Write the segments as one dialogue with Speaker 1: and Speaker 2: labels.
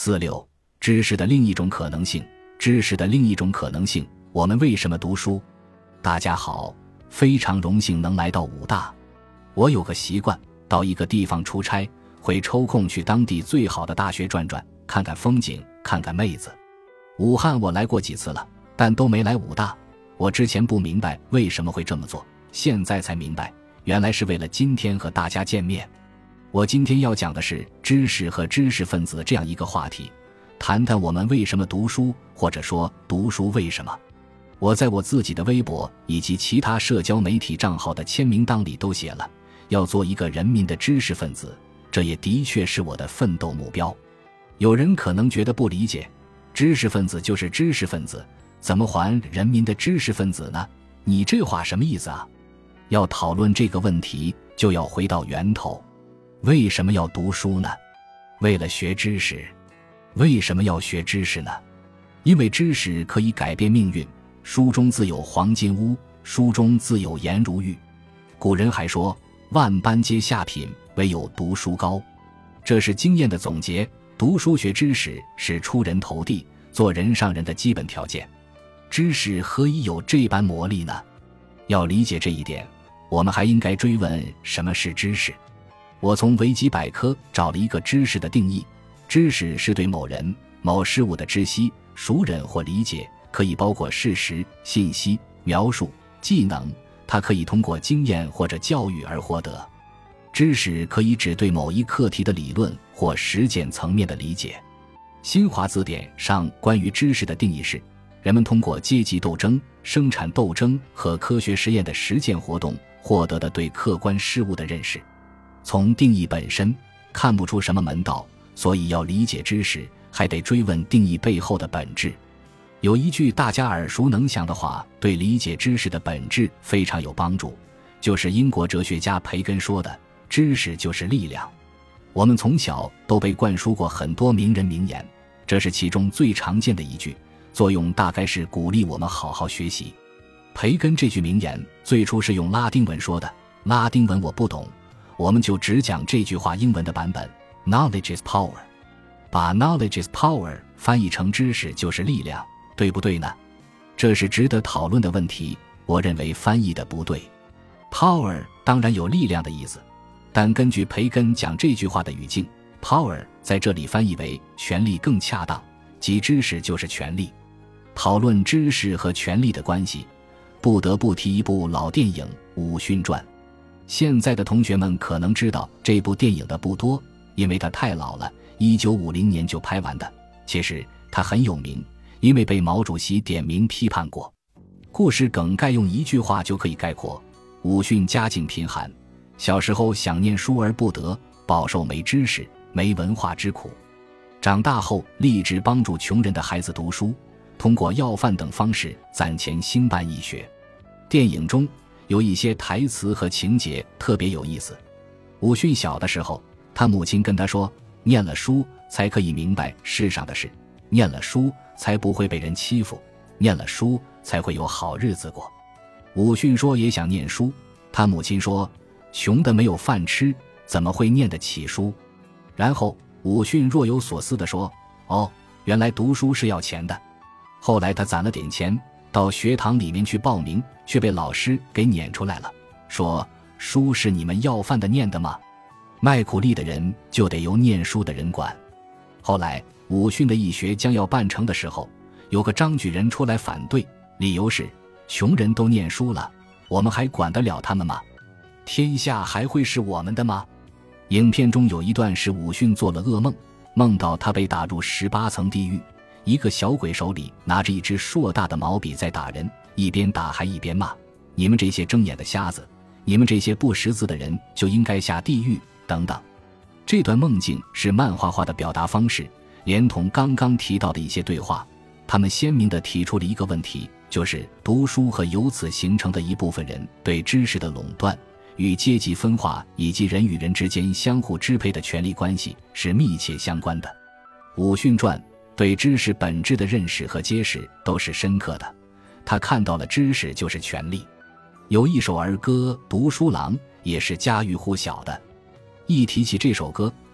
Speaker 1: 46知识的另一种可能性。知识的另一种可能性，我们为什么读书？大家好，非常荣幸能来到武大。我有个习惯，到一个地方出差，会抽空去当地最好的大学转转，看看风景，看看妹子。武汉我来过几次了，但都没来武大。我之前不明白为什么会这么做，现在才明白，原来是为了今天和大家见面。我今天要讲的是知识和知识分子这样一个话题，谈谈我们为什么读书，或者说读书为什么。我在我自己的微博以及其他社交媒体账号的签名档里都写了，要做一个人民的知识分子，这也的确是我的奋斗目标。有人可能觉得不理解，知识分子就是知识分子，怎么还人民的知识分子呢？你这话什么意思啊？要讨论这个问题，就要回到源头。为什么要读书呢？为了学知识。为什么要学知识呢？因为知识可以改变命运，书中自有黄金屋，书中自有颜如玉。古人还说，万般皆下品，唯有读书高。这是经验的总结，读书学知识是出人头地，做人上人的基本条件。知识何以有这般魔力呢？要理解这一点，我们还应该追问什么是知识。我从维基百科找了一个知识的定义，知识是对某人、某事物的知悉、熟稔或理解，可以包括事实、信息、描述、技能，它可以通过经验或者教育而获得。知识可以指对某一课题的理论或实践层面的理解。新华字典上关于知识的定义是，人们通过阶级斗争、生产斗争和科学实验的实践活动获得的对客观事物的认识。从定义本身看不出什么门道，所以要理解知识，还得追问定义背后的本质。有一句大家耳熟能详的话，对理解知识的本质非常有帮助，就是英国哲学家培根说的，知识就是力量。我们从小都被灌输过很多名人名言，这是其中最常见的一句，作用大概是鼓励我们好好学习。培根这句名言最初是用拉丁文说的，拉丁文我不懂，我们就只讲这句话英文的版本 Knowledge is power。 把 Knowledge is power 翻译成知识就是力量，对不对呢？这是值得讨论的问题，我认为翻译的不对。 Power 当然有力量的意思，但根据培根讲这句话的语境， Power 在这里翻译为权力更恰当，即知识就是权力。讨论知识和权力的关系，不得不提一部老电影《武训传》。现在的同学们可能知道这部电影的不多，因为它太老了，1950年就拍完的。其实它很有名，因为被毛主席点名批判过。故事梗概用一句话就可以概括：武训家境贫寒，小时候想念书而不得，饱受没知识、没文化之苦。长大后立志帮助穷人的孩子读书，通过要饭等方式攒钱兴办义学。电影中有一些台词和情节特别有意思。武训小的时候，他母亲跟他说，念了书才可以明白世上的事，念了书才不会被人欺负，念了书才会有好日子过。武训说也想念书，他母亲说，穷的没有饭吃，怎么会念得起书？然后武训若有所思地说，哦，原来读书是要钱的。后来他攒了点钱，到学堂里面去报名，却被老师给撵出来了，说书是你们要饭的念的吗？卖苦力的人就得由念书的人管。后来武训的义学将要办成的时候，有个张举人出来反对，理由是穷人都念书了，我们还管得了他们吗？天下还会是我们的吗？影片中有一段是武训做了噩梦，梦到他被打入18层地狱，一个小鬼手里拿着一支硕大的毛笔在打人，一边打还一边骂，你们这些睁眼的瞎子，你们这些不识字的人就应该下地狱等等。这段梦境是漫画化的表达方式，连同刚刚提到的一些对话，他们鲜明地提出了一个问题，就是读书和由此形成的一部分人对知识的垄断，与阶级分化以及人与人之间相互支配的权力关系是密切相关的。武训传对知识本质的认识和揭示都是深刻的，他看到了知识就是权力。有一首儿歌《读书郎》也是家喻户晓的，一提起这首歌，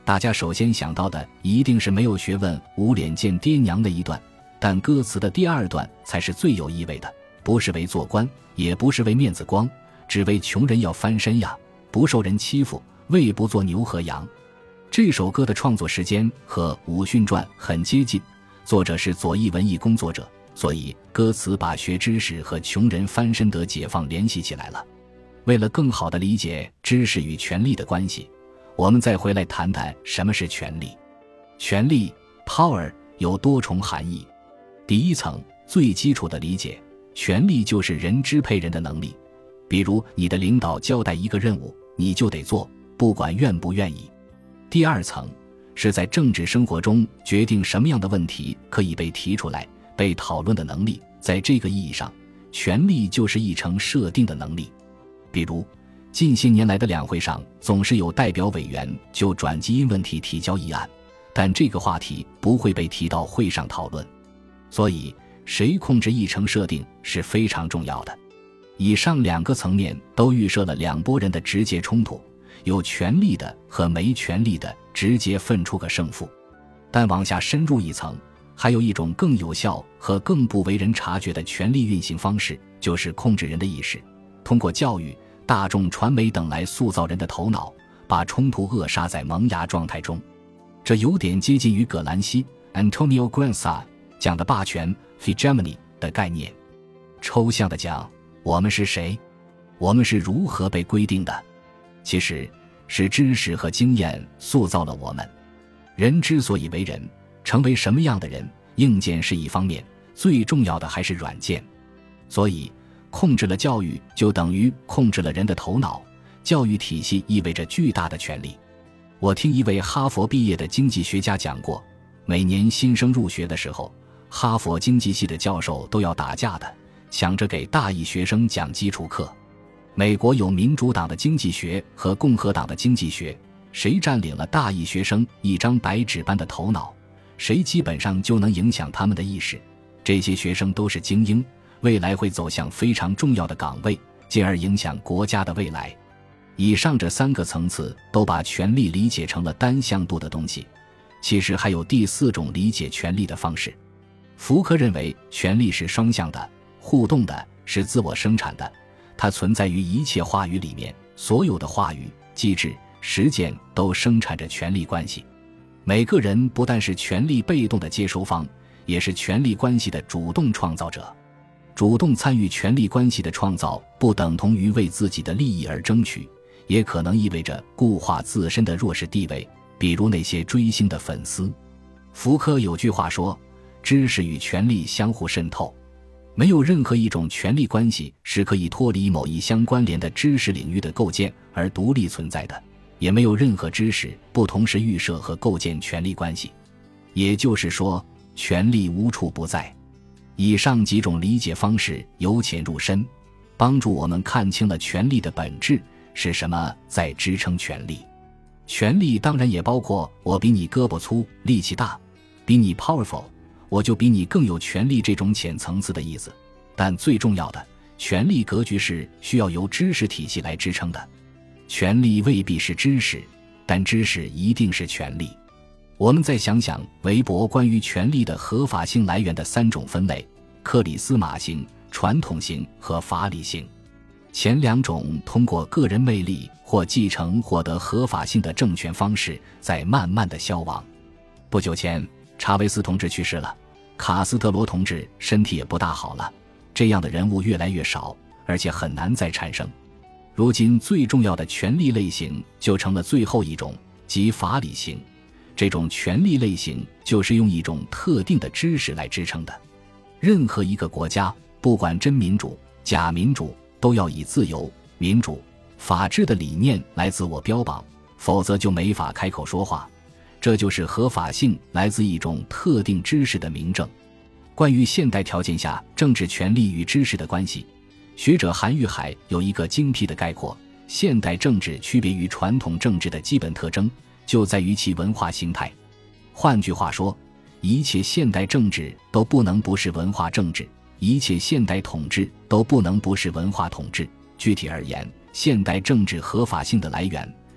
Speaker 1: 大家首先想到的一定是没有学问无脸见爹娘那一段，但歌词的第二段才是最有意味的，不是为做官，也不是为面子光，只为穷人要翻身呀，不受人欺负，为不做牛和羊。这首歌的创作时间和《武训传》很接近，作者是左翼文艺工作者，所以歌词把学知识和穷人翻身得解放联系起来了。为了更好地理解知识与权力的关系，我们再回来谈谈什么是权力。权力 power 有多重含义。第一层，最基础的理解，权力就是人支配人的能力。比如你的领导交代一个任务，你就得做，不管愿不愿意。第二层，是在政治生活中决定什么样的问题可以被提出来、被讨论的能力。在这个意义上，权力就是议程设定的能力。比如近些年来的两会上，总是有代表委员就转基因问题提交议案，但这个话题不会被提到会上讨论。所以谁控制议程设定是非常重要的。以上两个层面都预设了两拨人的直接冲突，有权力的和没权力的直接分出个胜负。但往下深入一层，还有一种更有效和更不为人察觉的权力运行方式，就是控制人的意识，通过教育、大众传媒等来塑造人的头脑，把冲突扼杀在萌芽状态中。这有点接近于葛兰西 Antonio Gramsci 讲的霸权 hegemony 的概念。抽象的讲，我们是谁？我们是如何被规定的？其实是知识和经验塑造了我们。人之所以为人，成为什么样的人，硬件是一方面，最重要的还是软件。所以控制了教育，就等于控制了人的头脑。教育体系意味着巨大的权利。我听一位哈佛毕业的经济学家讲过，每年新生入学的时候，哈佛经济系的教授都要打架的，抢着给大一学生讲基础课。美国有民主党的经济学和共和党的经济学，谁占领了大一学生一张白纸般的头脑，谁基本上就能影响他们的意识。这些学生都是精英，未来会走向非常重要的岗位，进而影响国家的未来。以上这三个层次都把权力理解成了单向度的东西，其实还有第四种理解权力的方式。福柯认为权力是双向的、互动的，是自我生产的，它存在于一切话语里面，所有的话语、机制、实践都生产着权力关系。每个人不但是权力被动的接收方，也是权力关系的主动创造者。主动参与权力关系的创造，不等同于为自己的利益而争取，也可能意味着固化自身的弱势地位，比如那些追星的粉丝。福柯有句话说，知识与权力相互渗透，没有任何一种权力关系是可以脱离某一相关联的知识领域的构建而独立存在的，也没有任何知识不同时预设和构建权力关系。也就是说，权力无处不在。以上几种理解方式由浅入深，帮助我们看清了权力的本质是什么在支撑权力。权力当然也包括我比你胳膊粗力气大，比你 powerful， 我就比你更有权力这种浅层次的意思。但最重要的，权力格局是需要由知识体系来支撑的。权力未必是知识，但知识一定是权力。我们再想想韦伯关于权力的合法性来源的三种分类：克里斯玛型、传统型和法理型。前两种通过个人魅力或继承获得合法性的政权方式在慢慢的消亡。不久前，查韦斯同志去世了，卡斯特罗同志身体也不大好了，这样的人物越来越少，而且很难再产生。如今最重要的权力类型就成了最后一种，即法理型。这种权力类型就是用一种特定的知识来支撑的。任何一个国家，不管真民主、假民主，都要以自由、民主、法治的理念来自我标榜，否则就没法开口说话。这就是合法性来自一种特定知识的明证。关于现代条件下政治权力与知识的关系，学者韩玉海有一个精辟的概括：现代政治区别于传统政治的基本特征就在于其文化形态。换句话说，一切现代政治都不能不是文化政治，一切现代统治都不能不是文化统治。具体而言，现代政治合法性的来源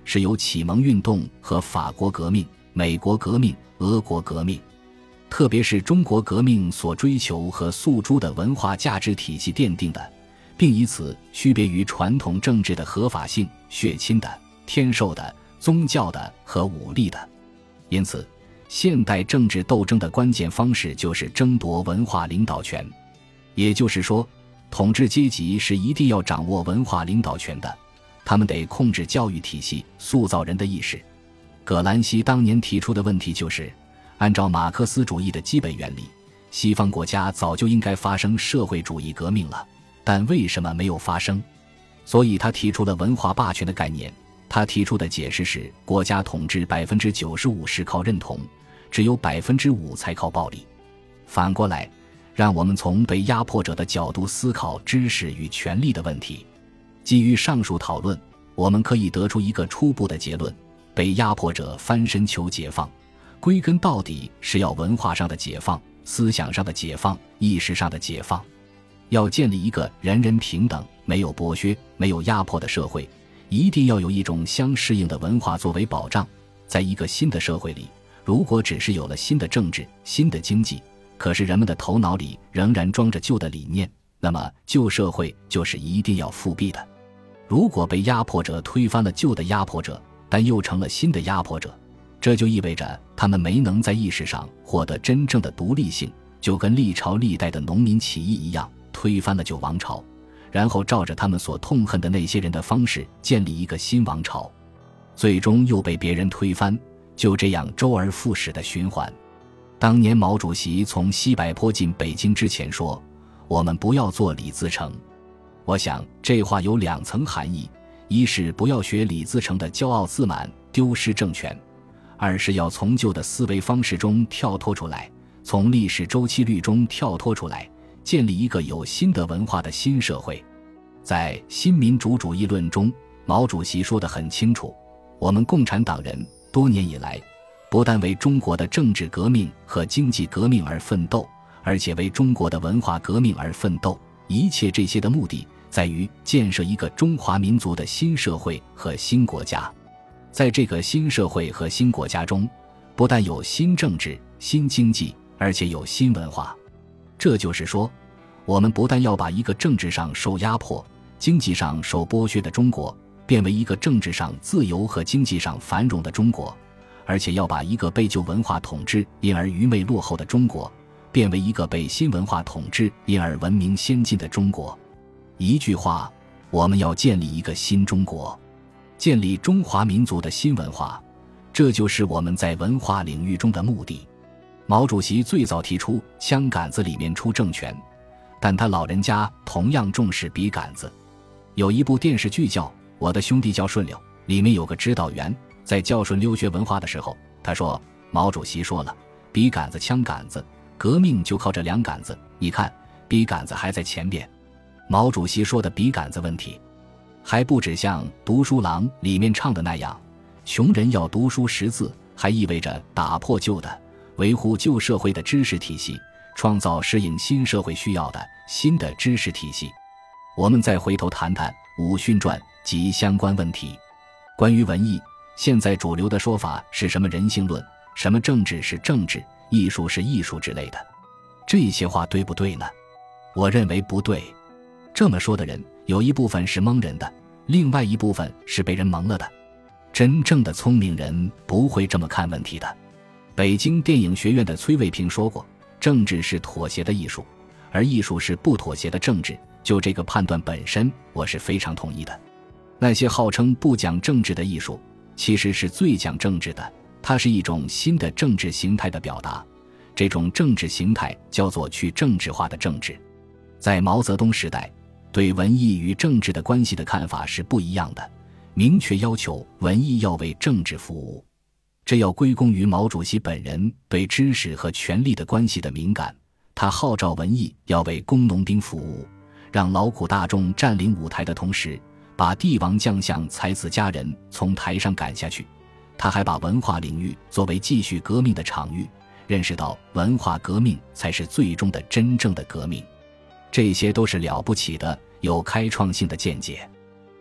Speaker 1: 是由启蒙运动和法国革命、美国革命、俄国革命，特别是中国革命所追求和诉诸的文化价值体系奠定的，并以此区别于传统政治的合法性、血亲的、天授的、宗教的和武力的。因此，现代政治斗争的关键方式就是争夺文化领导权。也就是说，统治阶级是一定要掌握文化领导权的，他们得控制教育体系，塑造人的意识。葛兰西当年提出的问题就是，按照马克思主义的基本原理，西方国家早就应该发生社会主义革命了，但为什么没有发生？所以他提出了文化霸权的概念。他提出的解释是，国家统治 95% 是靠认同，只有 5% 才靠暴力。反过来，让我们从被压迫者的角度思考知识与权力的问题。基于上述讨论，我们可以得出一个初步的结论：被压迫者翻身求解放，归根到底是要文化上的解放、思想上的解放、意识上的解放。要建立一个人人平等、没有剥削、没有压迫的社会，一定要有一种相适应的文化作为保障。在一个新的社会里，如果只是有了新的政治、新的经济，可是人们的头脑里仍然装着旧的理念，那么旧社会就是一定要复辟的。如果被压迫者推翻了旧的压迫者，但又成了新的压迫者，这就意味着他们没能在意识上获得真正的独立性，就跟历朝历代的农民起义一样，推翻了旧王朝，然后照着他们所痛恨的那些人的方式建立一个新王朝，最终又被别人推翻，就这样周而复始的循环。当年毛主席从西柏坡进北京之前说，我们不要做李自成。我想这话有2层含义，一是不要学李自成的骄傲自满，丢失政权；二是要从旧的思维方式中跳脱出来，从历史周期律中跳脱出来，建立一个有新的文化的新社会。在新民主主义论中，毛主席说得很清楚，我们共产党人多年以来不但为中国的政治革命和经济革命而奋斗，而且为中国的文化革命而奋斗，一切这些的目的在于建设一个中华民族的新社会和新国家。在这个新社会和新国家中，不但有新政治、新经济，而且有新文化。这就是说，我们不但要把一个政治上受压迫、经济上受剥削的中国变为一个政治上自由和经济上繁荣的中国，而且要把一个被旧文化统治因而愚昧落后的中国变为一个被新文化统治因而文明先进的中国。一句话，我们要建立一个新中国，建立中华民族的新文化，这就是我们在文化领域中的目的。毛主席最早提出枪杆子里面出政权，但他老人家同样重视笔杆子。有一部电视剧叫《我的兄弟叫顺溜》，里面有个指导员在教顺溜学文化的时候，他说，毛主席说了，笔杆子枪杆子，革命就靠这2杆子，你看笔杆子还在前边。毛主席说的笔杆子问题还不止像读书郎里面唱的那样，穷人要读书识字，还意味着打破旧的，维护旧社会的知识体系，创造适应新社会需要的新的知识体系。我们再回头谈谈武训传及相关问题。关于文艺，现在主流的说法是什么人性论，什么政治是政治，艺术是艺术之类的。这些话对不对呢？我认为不对。这么说的人，有一部分是蒙人的，另外一部分是被人蒙了的。真正的聪明人不会这么看问题的。北京电影学院的崔卫平说过，政治是妥协的艺术，而艺术是不妥协的政治。就这个判断本身，我是非常同意的。那些号称不讲政治的艺术，其实是最讲政治的，它是一种新的政治形态的表达。这种政治形态叫做去政治化的政治。在毛泽东时代，对文艺与政治的关系的看法是不一样的，明确要求文艺要为政治服务。这要归功于毛主席本人对知识和权力的关系的敏感。他号召文艺要为工农兵服务，让劳苦大众占领舞台的同时，把帝王将相才子佳人从台上赶下去。他还把文化领域作为继续革命的场域，认识到文化革命才是最终的真正的革命。这些都是了不起的、有开创性的见解。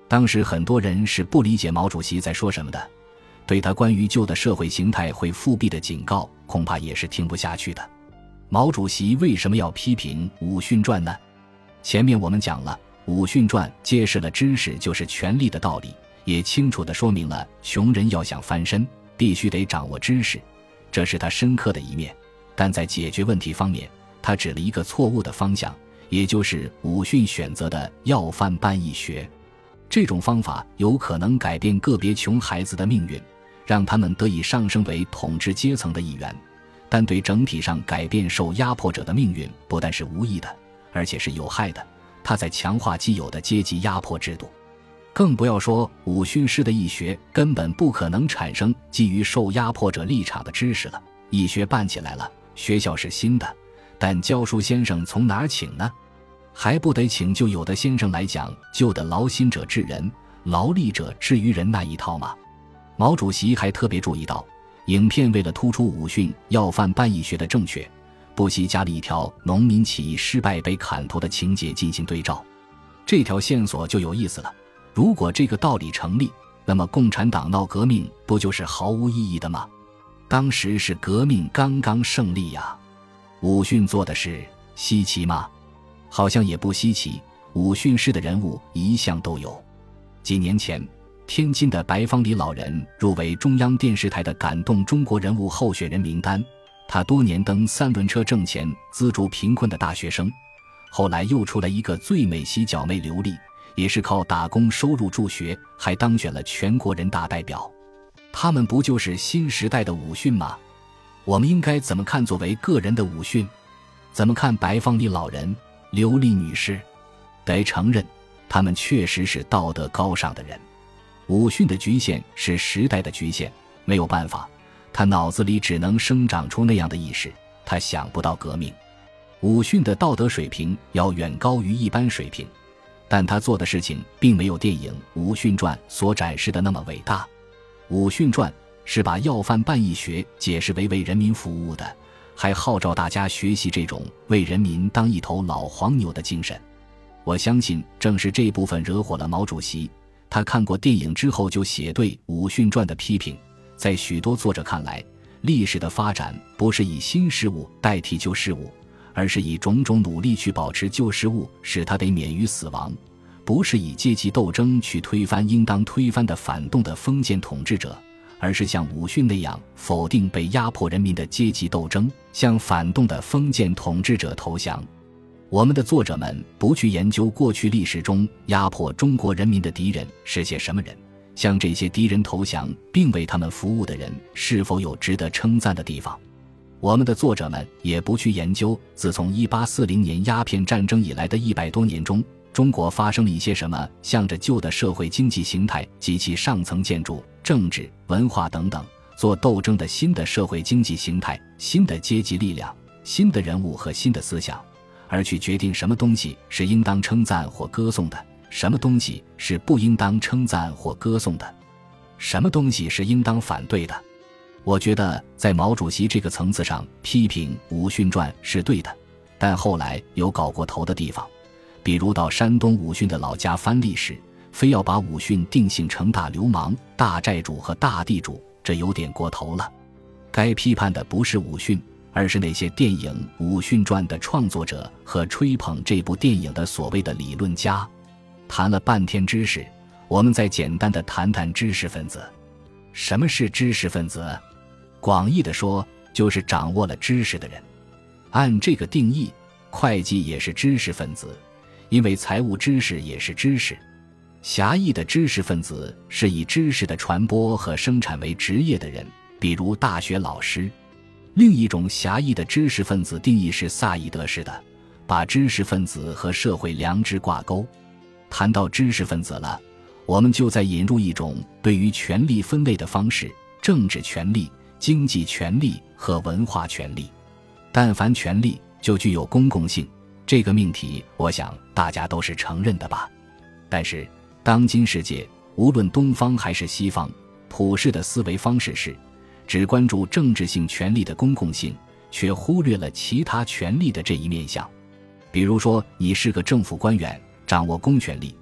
Speaker 1: 当时很多人是不理解毛主席在说什么的，对他关于旧的社会形态会复辟的警告恐怕也是听不下去的。毛主席为什么要批评《武训传》呢？前面我们讲了，《武训传》揭示了知识就是权力的道理，也清楚地说明了穷人要想翻身必须得掌握知识，这是他深刻的一面。但在解决问题方面，他指了一个错误的方向，也就是武训选择的要饭办义学。这种方法有可能改变个别穷孩子的命运，让他们得以上升为统治阶层的一员，但对整体上改变受压迫者的命运不但是无益的，而且是有害的。他在强化既有的阶级压迫制度。更不要说武训式的义学根本不可能产生基于受压迫者立场的知识了。义学办起来了，学校是新的，但教书先生从哪儿请呢？还不得请旧有的先生来讲旧的劳心者治人，劳力者治于人那一套吗？毛主席还特别注意到，影片为了突出武训要饭办义学的正确，不惜加了一条农民起义失败被砍头的情节进行对照。这条线索就有意思了，如果这个道理成立，那么共产党闹革命不就是毫无意义的吗？当时是革命刚刚胜利呀，武训做的事稀奇吗？好像也不稀奇，武训式的人物一向都有。几年前，天津的白方礼老人入围中央电视台的感动中国人物候选人名单，他多年蹬三轮车挣钱资助贫困的大学生，后来又出来一个最美洗脚妹刘丽，也是靠打工收入助学，还当选了全国人大代表。他们不就是新时代的武训吗？我们应该怎么看作为个人的武训？怎么看白方礼老人、刘丽女士？得承认，他们确实是道德高尚的人。武训的局限是时代的局限，没有办法，他脑子里只能生长出那样的意识，他想不到革命。武训的道德水平要远高于一般水平，但他做的事情并没有电影《武训传》所展示的那么伟大。《武训传》是把要饭办义学解释为为人民服务的，还号召大家学习这种为人民当一头老黄牛的精神。我相信正是这部分惹火了毛主席，他看过电影之后就写对《武训传》的批评。在许多作者看来，历史的发展不是以新事物代替旧事物，而是以种种努力去保持旧事物，使它得免于死亡，不是以阶级斗争去推翻应当推翻的反动的封建统治者，而是像武训那样否定被压迫人民的阶级斗争，向反动的封建统治者投降。我们的作者们不去研究过去历史中压迫中国人民的敌人是些什么人，向这些敌人投降并为他们服务的人是否有值得称赞的地方。我们的作者们也不去研究自从1840年鸦片战争以来的100多年中，中国发生了一些什么向着旧的社会经济形态及其上层建筑、政治、文化等等做斗争的新的社会经济形态、新的阶级力量、新的人物和新的思想，而去决定什么东西是应当称赞或歌颂的，什么东西是不应当称赞或歌颂的，什么东西是应当反对的。我觉得在毛主席这个层次上批评《武训传》是对的，但后来有搞过头的地方，比如到山东武训的老家翻历史，非要把武训定性成大流氓、大债主和大地主，这有点过头了。该批判的不是武训，而是那些电影《武训传》的创作者和吹捧这部电影的所谓的理论家。谈了半天知识，我们再简单的谈谈知识分子。什么是知识分子？广义的说，就是掌握了知识的人。按这个定义，会计也是知识分子，因为财务知识也是知识。狭义的知识分子是以知识的传播和生产为职业的人，比如大学老师。另一种狭义的知识分子定义是萨义德式的，把知识分子和社会良知挂钩。谈到知识分子了，我们就再引入一种对于权力分类的方式：政治权力、经济权力和文化权力。但凡权力就具有公共性，这个命题我想大家都是承认的吧。但是当今世界无论东方还是西方，普世的思维方式是只关注政治性权力的公共性，却忽略了其他权力的这一面向。比如说你是个政府官员，掌握公权力，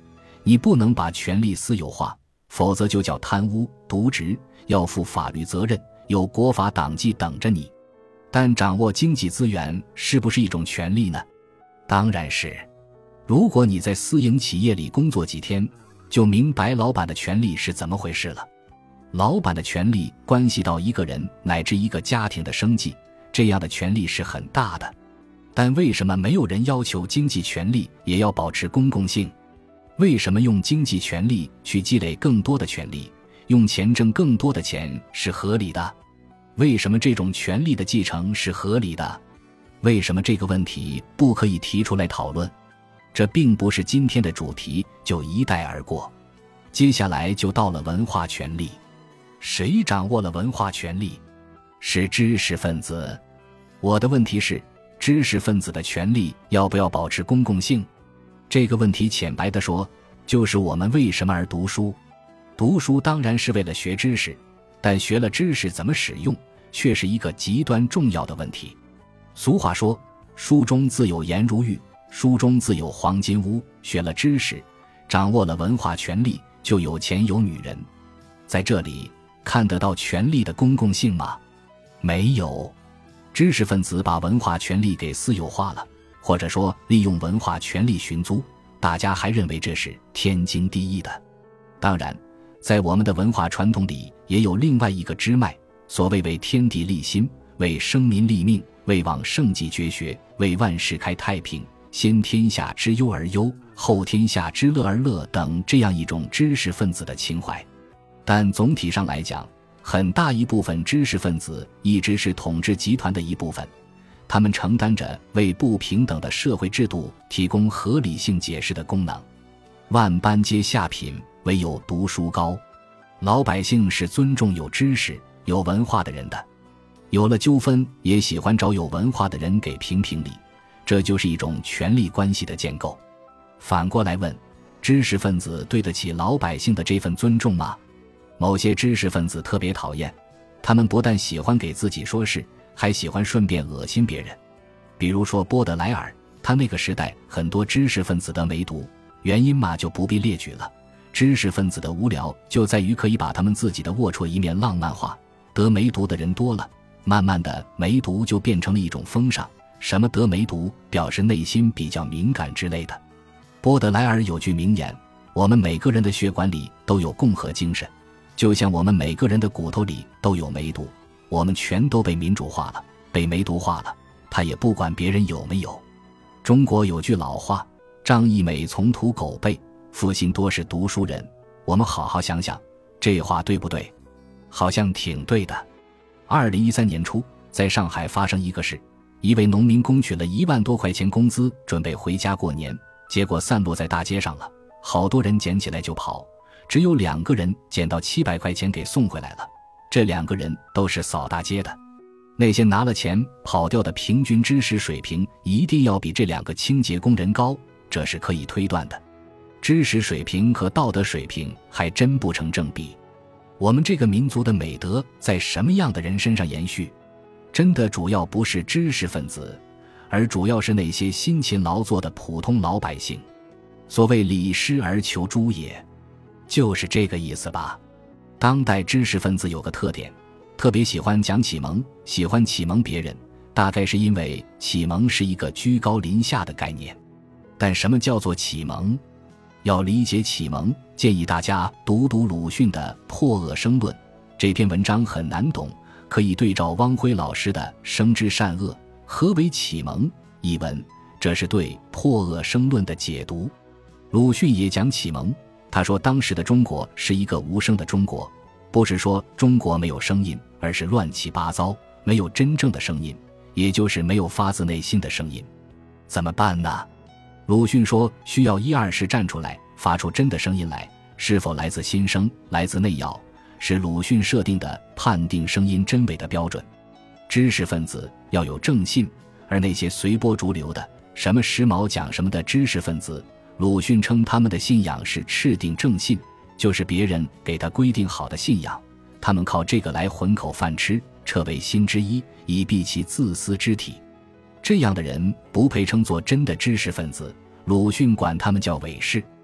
Speaker 1: 你不能把权力私有化，否则就叫贪污、渎职，要负法律责任，有国法党纪等着你。但掌握经济资源是不是一种权利呢？当然是。如果你在私营企业里工作几天，就明白老板的权利是怎么回事了。老板的权利关系到一个人乃至一个家庭的生计，这样的权利是很大的。但为什么没有人要求经济权利也要保持公共性？为什么用经济权利去积累更多的权利，用钱挣更多的钱是合理的？为什么这种权利的继承是合理的？为什么这个问题不可以提出来讨论？这并不是今天的主题，就一带而过。接下来就到了文化权利。谁掌握了文化权利？是知识分子。我的问题是，知识分子的权利要不要保持公共性？这个问题浅白地说，就是我们为什么而读书。读书当然是为了学知识，但学了知识怎么使用，却是一个极端重要的问题。俗话说，书中自有颜如玉，书中自有黄金屋。学了知识，掌握了文化权利，就有钱有女人。在这里看得到权力的公共性吗？没有。知识分子把文化权利给私有化了，或者说利用文化权利寻租，大家还认为这是天经地义的。当然，在我们的文化传统里也有另外一个支脉，所谓为天地立心，为生民立命，为往圣继绝学，为万世开太平，先天下之忧而忧，后天下之乐而乐等这样一种知识分子的情怀。但总体上来讲，很大一部分知识分子一直是统治集团的一部分，他们承担着为不平等的社会制度提供合理性解释的功能。万般皆下品，唯有读书高。老百姓是尊重有知识、有文化的人的，有了纠纷也喜欢找有文化的人给评评理，这就是一种权力关系的建构。反过来问，知识分子对得起老百姓的这份尊重吗？某些知识分子特别讨厌，他们不但喜欢给自己说事，还喜欢顺便恶心别人。比如说波德莱尔，他那个时代很多知识分子得梅毒，原因嘛就不必列举了。知识分子的无聊就在于可以把他们自己的龌龊一面浪漫化，得梅毒的人多了，慢慢的梅毒就变成了一种风尚，什么得梅毒表示内心比较敏感之类的。波德莱尔有句名言，我们每个人的血管里都有共和精神，就像我们每个人的骨头里都有梅毒，我们全都被民主化了，被梅毒化了，他也不管别人有没有。中国有句老话，仗义每从屠狗辈，负心多是读书人。我们好好想想，这话对不对？好像挺对的。2013年初，在上海发生一个事，一位农民工取了1万多块钱工资，准备回家过年，结果散落在大街上了，好多人捡起来就跑，只有2个人捡到700块钱给送回来了。这2个人都是扫大街的。那些拿了钱跑掉的平均知识水平一定要比这2个清洁工人高，这是可以推断的。知识水平和道德水平还真不成正比。我们这个民族的美德在什么样的人身上延续？真的主要不是知识分子，而主要是那些辛勤劳作的普通老百姓。所谓礼失而求诸也，就是这个意思吧。当代知识分子有个特点，特别喜欢讲启蒙，喜欢启蒙别人，大概是因为启蒙是一个居高临下的概念。但什么叫做启蒙？要理解启蒙，建议大家读读鲁迅的《破恶生论》，这篇文章很难懂，可以对照汪辉老师的《生之善恶》。何为启蒙？一文，这是对《破恶生论》的解读。鲁迅也讲启蒙，他说当时的中国是一个无声的中国，不是说中国没有声音，而是乱七八糟，没有真正的声音，也就是没有发自内心的声音。怎么办呢？鲁迅说需要1、2世站出来，发出真的声音来，是否来自心声，来自内要，是鲁迅设定的判定声音真伪的标准。知识分子要有正信，而那些随波逐流的什么时髦讲什么的知识分子，鲁迅称他们的信仰是赤定正信，就是别人给他规定好的信仰，他们靠这个来混口饭吃，彻为心之一，以蔽其自私之体。这样的人不配称作真的知识分子，鲁迅管他们叫伪士。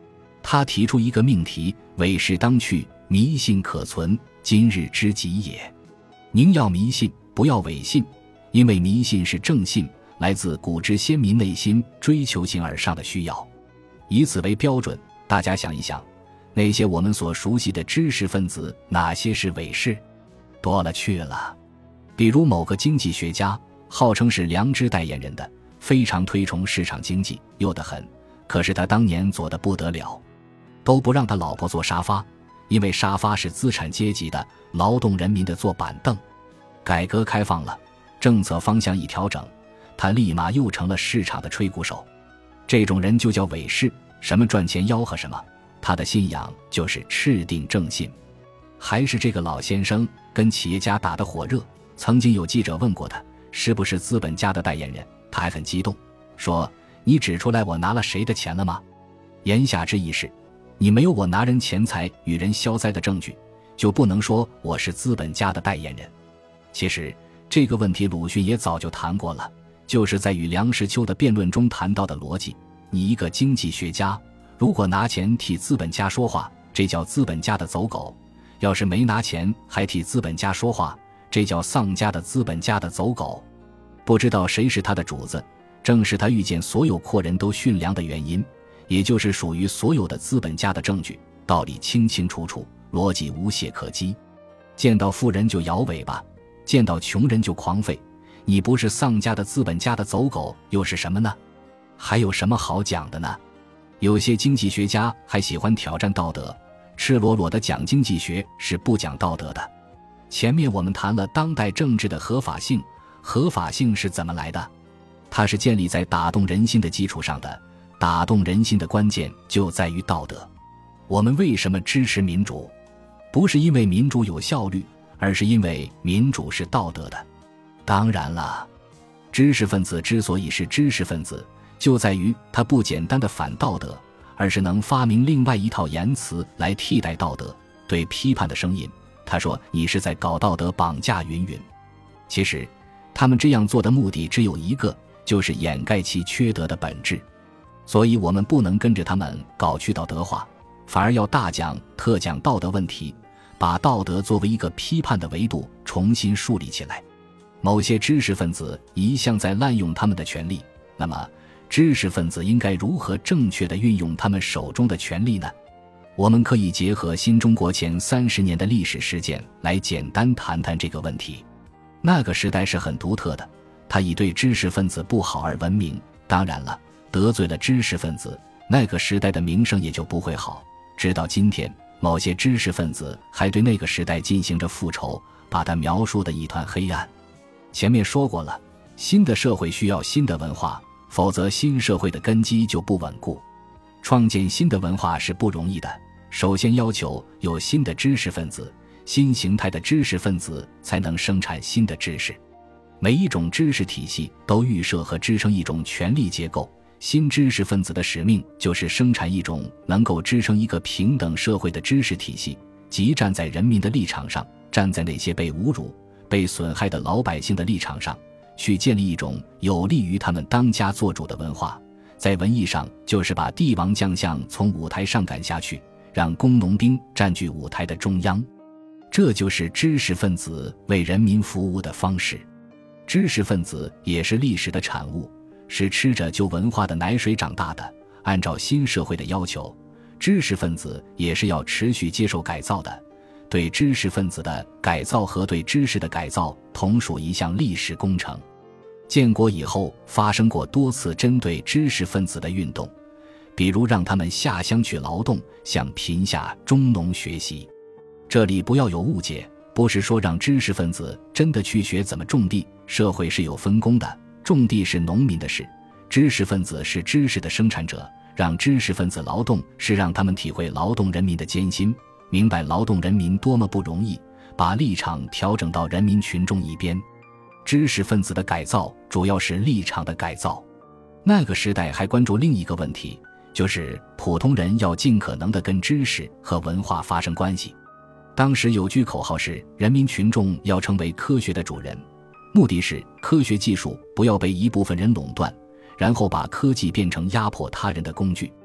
Speaker 1: 他提出一个命题：伪士当去，迷信可存，今日之急也。宁要迷信，不要伪信，因为迷信是正信，来自古之先民内心追求形而上的需要。以此为标准，大家想一想，那些我们所熟悉的知识分子，哪些是伪士？多了去了。比如某个经济学家，号称是良知代言人的，非常推崇市场经济，优得很，可是他当年做得不得了，都不让他老婆坐沙发，因为沙发是资产阶级的，劳动人民的坐板凳。改革开放了，政策方向一调整，他立马又成了市场的吹鼓手。这种人就叫伪士，什么赚钱吆喝什么，他的信仰就是赤定正信。还是这个老先生跟企业家打得火热，曾经有记者问过他是不是资本家的代言人，他还很激动，说你指出来我拿了谁的钱了吗？言下之意是，你没有我拿人钱财与人消灾的证据，就不能说我是资本家的代言人。其实这个问题鲁迅也早就谈过了，就是在与梁实秋的辩论中谈到的逻辑。你一个经济学家，如果拿钱替资本家说话，这叫资本家的走狗；要是没拿钱还替资本家说话，这叫丧家的资本家的走狗。不知道谁是他的主子，正是他遇见所有阔人都驯良的原因，也就是属于所有的资本家的证据，道理清清楚楚，逻辑无懈可击。见到富人就摇尾巴，见到穷人就狂吠，你不是丧家的资本家的走狗又是什么呢？还有什么好讲的呢？有些经济学家还喜欢挑战道德，赤裸裸地讲经济学是不讲道德的。前面我们谈了当代政治的合法性，合法性是怎么来的？它是建立在打动人心的基础上的，打动人心的关键就在于道德。我们为什么支持民主？不是因为民主有效率，而是因为民主是道德的。当然了，知识分子之所以是知识分子，就在于他不简单的反道德，而是能发明另外一套言辞来替代道德。对批判的声音，他说你是在搞道德绑架云云。其实他们这样做的目的只有一个，就是掩盖其缺德的本质。所以我们不能跟着他们搞去道德化，反而要大讲特讲道德问题，把道德作为一个批判的维度重新树立起来。某些知识分子一向在滥用他们的权利，那么知识分子应该如何正确地运用他们手中的权利呢？我们可以结合新中国前30年的历史事件来简单谈谈这个问题。那个时代是很独特的，它以对知识分子不好而闻名，当然了，得罪了知识分子，那个时代的名声也就不会好。直到今天，某些知识分子还对那个时代进行着复仇，把它描述得一团黑暗。前面说过了，新的社会需要新的文化，否则新社会的根基就不稳固。创建新的文化是不容易的，首先要求有新的知识分子，新形态的知识分子才能生产新的知识。每一种知识体系都预设和支撑一种权力结构，新知识分子的使命就是生产一种能够支撑一个平等社会的知识体系，即站在人民的立场上，站在那些被侮辱、被损害的老百姓的立场上，去建立一种有利于他们当家作主的文化。在文艺上，就是把帝王将相从舞台上赶下去，让工农兵占据舞台的中央。这就是知识分子为人民服务的方式。知识分子也是历史的产物，是吃着旧文化的奶水长大的。按照新社会的要求，知识分子也是要持续接受改造的。对知识分子的改造和对知识的改造同属一项历史工程。建国以后发生过多次针对知识分子的运动，比如让他们下乡去劳动，向贫下中农学习。这里不要有误解，不是说让知识分子真的去学怎么种地，社会是有分工的，种地是农民的事，知识分子是知识的生产者，让知识分子劳动是让他们体会劳动人民的艰辛，明白劳动人民多么不容易，把立场调整到人民群众一边。知识分子的改造主要是立场的改造。那个时代还关注另一个问题，就是普通人要尽可能地跟知识和文化发生关系。当时有句口号是人民群众要成为科学的主人，目的是科学技术不要被一部分人垄断，然后把科技变成压迫他人的工具。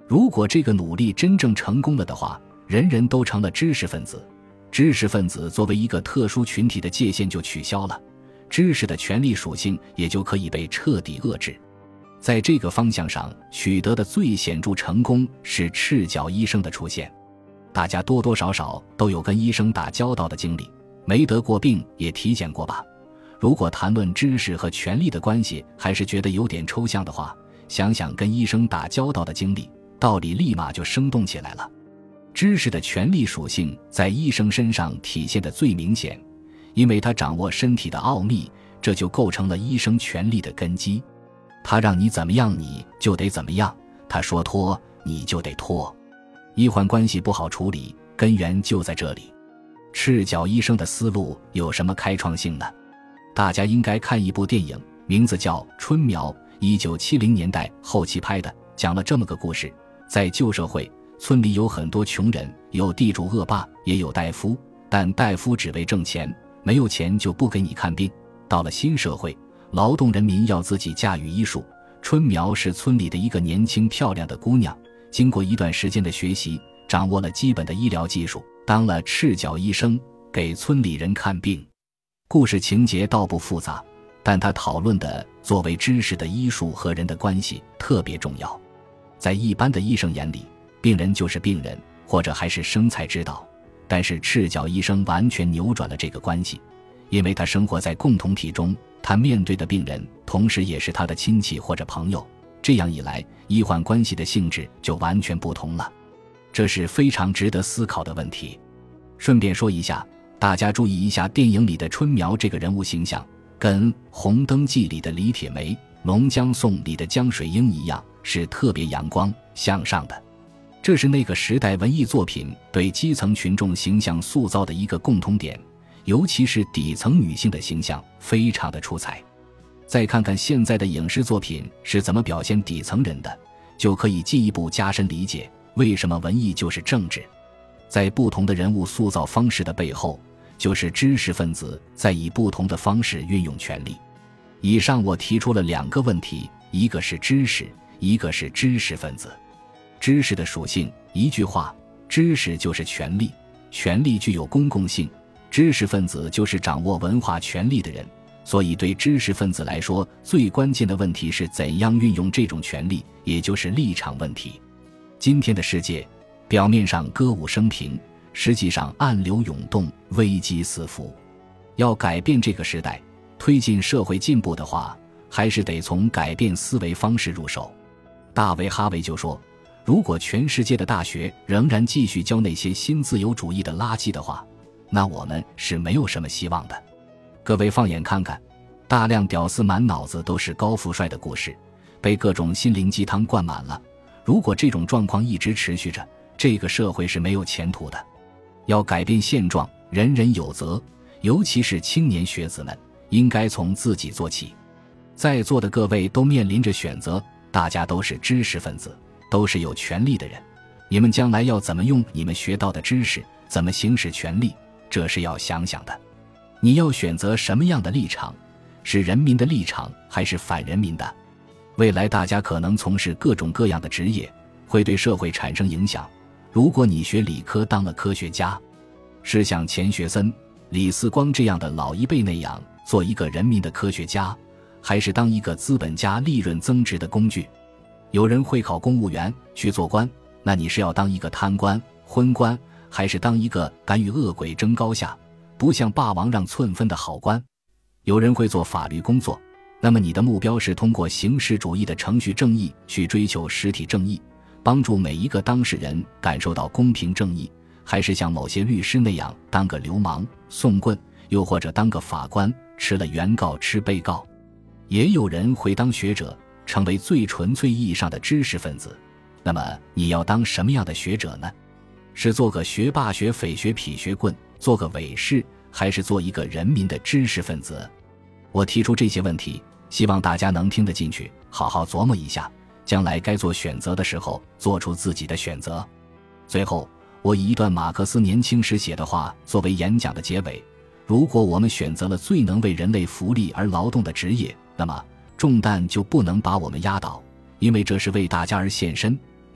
Speaker 1: 如果这个努力真正成功了的话，人人都成了知识分子，知识分子作为一个特殊群体的界限就取消了，知识的权利属性也就可以被彻底遏制。在这个方向上取得的最显著成功是赤脚医生的出现。大家多多少少都有跟医生打交道的经历，没得过病也体检过吧。如果谈论知识和权力的关系还是觉得有点抽象的话，想想跟医生打交道的经历，道理立马就生动起来了。知识的权力属性在医生身上体现得最明显，因为他掌握身体的奥秘，这就构成了医生权力的根基。他让你怎么样你就得怎么样，他说拖你就得拖。医患关系不好处理，根源就在这里。赤脚医生的思路有什么开创性呢？大家应该看一部电影，名字叫《春苗》，1970年代后期拍的，讲了这么个故事。在旧社会，村里有很多穷人，有地主恶霸，也有大夫，但大夫只为挣钱，没有钱就不给你看病。到了新社会，劳动人民要自己驾驭医术。春苗是村里的一个年轻漂亮的姑娘，经过一段时间的学习，掌握了基本的医疗技术，当了赤脚医生，给村里人看病。故事情节倒不复杂，但他讨论的作为知识的医术和人的关系特别重要。在一般的医生眼里，病人就是病人，或者还是生财之道，但是赤脚医生完全扭转了这个关系，因为他生活在共同体中，他面对的病人同时也是他的亲戚或者朋友，这样一来，医患关系的性质就完全不同了。这是非常值得思考的问题。顺便说一下，大家注意一下电影里的春苗这个人物形象，跟《红灯记》里的李铁梅、《龙江颂》里的江水英一样，是特别阳光向上的。这是那个时代文艺作品对基层群众形象塑造的一个共通点，尤其是底层女性的形象非常的出彩。再看看现在的影视作品是怎么表现底层人的，就可以进一步加深理解为什么文艺就是政治。在不同的人物塑造方式的背后，就是知识分子在以不同的方式运用权力。以上我提出了2个问题，一个是知识，一个是知识分子。知识的属性，一句话，知识就是权力，权力具有公共性，知识分子就是掌握文化权力的人。所以对知识分子来说，最关键的问题是怎样运用这种权力，也就是立场问题。今天的世界表面上歌舞升平，实际上暗流涌动，危机四伏。要改变这个时代，推进社会进步的话，还是得从改变思维方式入手。大卫·哈维就说，如果全世界的大学仍然继续教那些新自由主义的垃圾的话，那我们是没有什么希望的。各位放眼看看，大量屌丝满脑子都是高富帅的故事，被各种心灵鸡汤灌满了。如果这种状况一直持续着，这个社会是没有前途的。要改变现状，人人有责，尤其是青年学子们，应该从自己做起。在座的各位都面临着选择，大家都是知识分子，都是有权利的人，你们将来要怎么用你们学到的知识，怎么行使权利，这是要想想的。你要选择什么样的立场，是人民的立场还是反人民的？未来大家可能从事各种各样的职业，会对社会产生影响。如果你学理科当了科学家，是像钱学森、李四光这样的老一辈那样做一个人民的科学家，还是当一个资本家利润增值的工具？有人会考公务员去做官，那你是要当一个贪官、昏官，还是当一个敢与恶鬼争高下，不向霸王让寸分的好官？有人会做法律工作，那么你的目标是通过形式主义的程序正义去追求实体正义，帮助每一个当事人感受到公平正义，还是像某些律师那样当个流氓、送棍，又或者当个法官，吃了原告吃被告？也有人会当学者，成为最纯粹意义上的知识分子。那么你要当什么样的学者呢？是做个学霸、学匪、学痞、学棍，做个伪士，还是做一个人民的知识分子？我提出这些问题，希望大家能听得进去，好好琢磨一下，将来该做选择的时候做出自己的选择。最后，我以一段马克思年轻时写的话作为演讲的结尾：如果我们选择了最能为人类福利而劳动的职业，那么重担就不能把我们压倒，因为这是为大家而献身，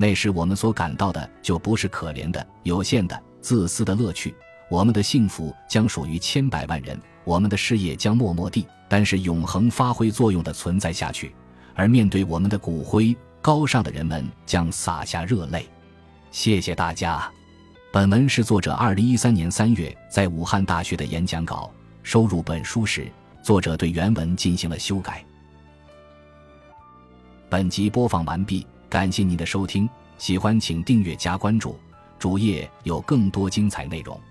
Speaker 1: 那时我们所感到的就不是可怜的、有限的、自私的乐趣，我们的幸福将属于千百万人，我们的事业将默默地，但是永恒发挥作用的存在下去，而面对我们的骨灰，高尚的人们将洒下热泪。谢谢大家。本文是作者2013年3月在武汉大学的演讲稿，收入本书时，作者对原文进行了修改。本集播放完毕，感谢您的收听，喜欢请订阅加关注，主页有更多精彩内容。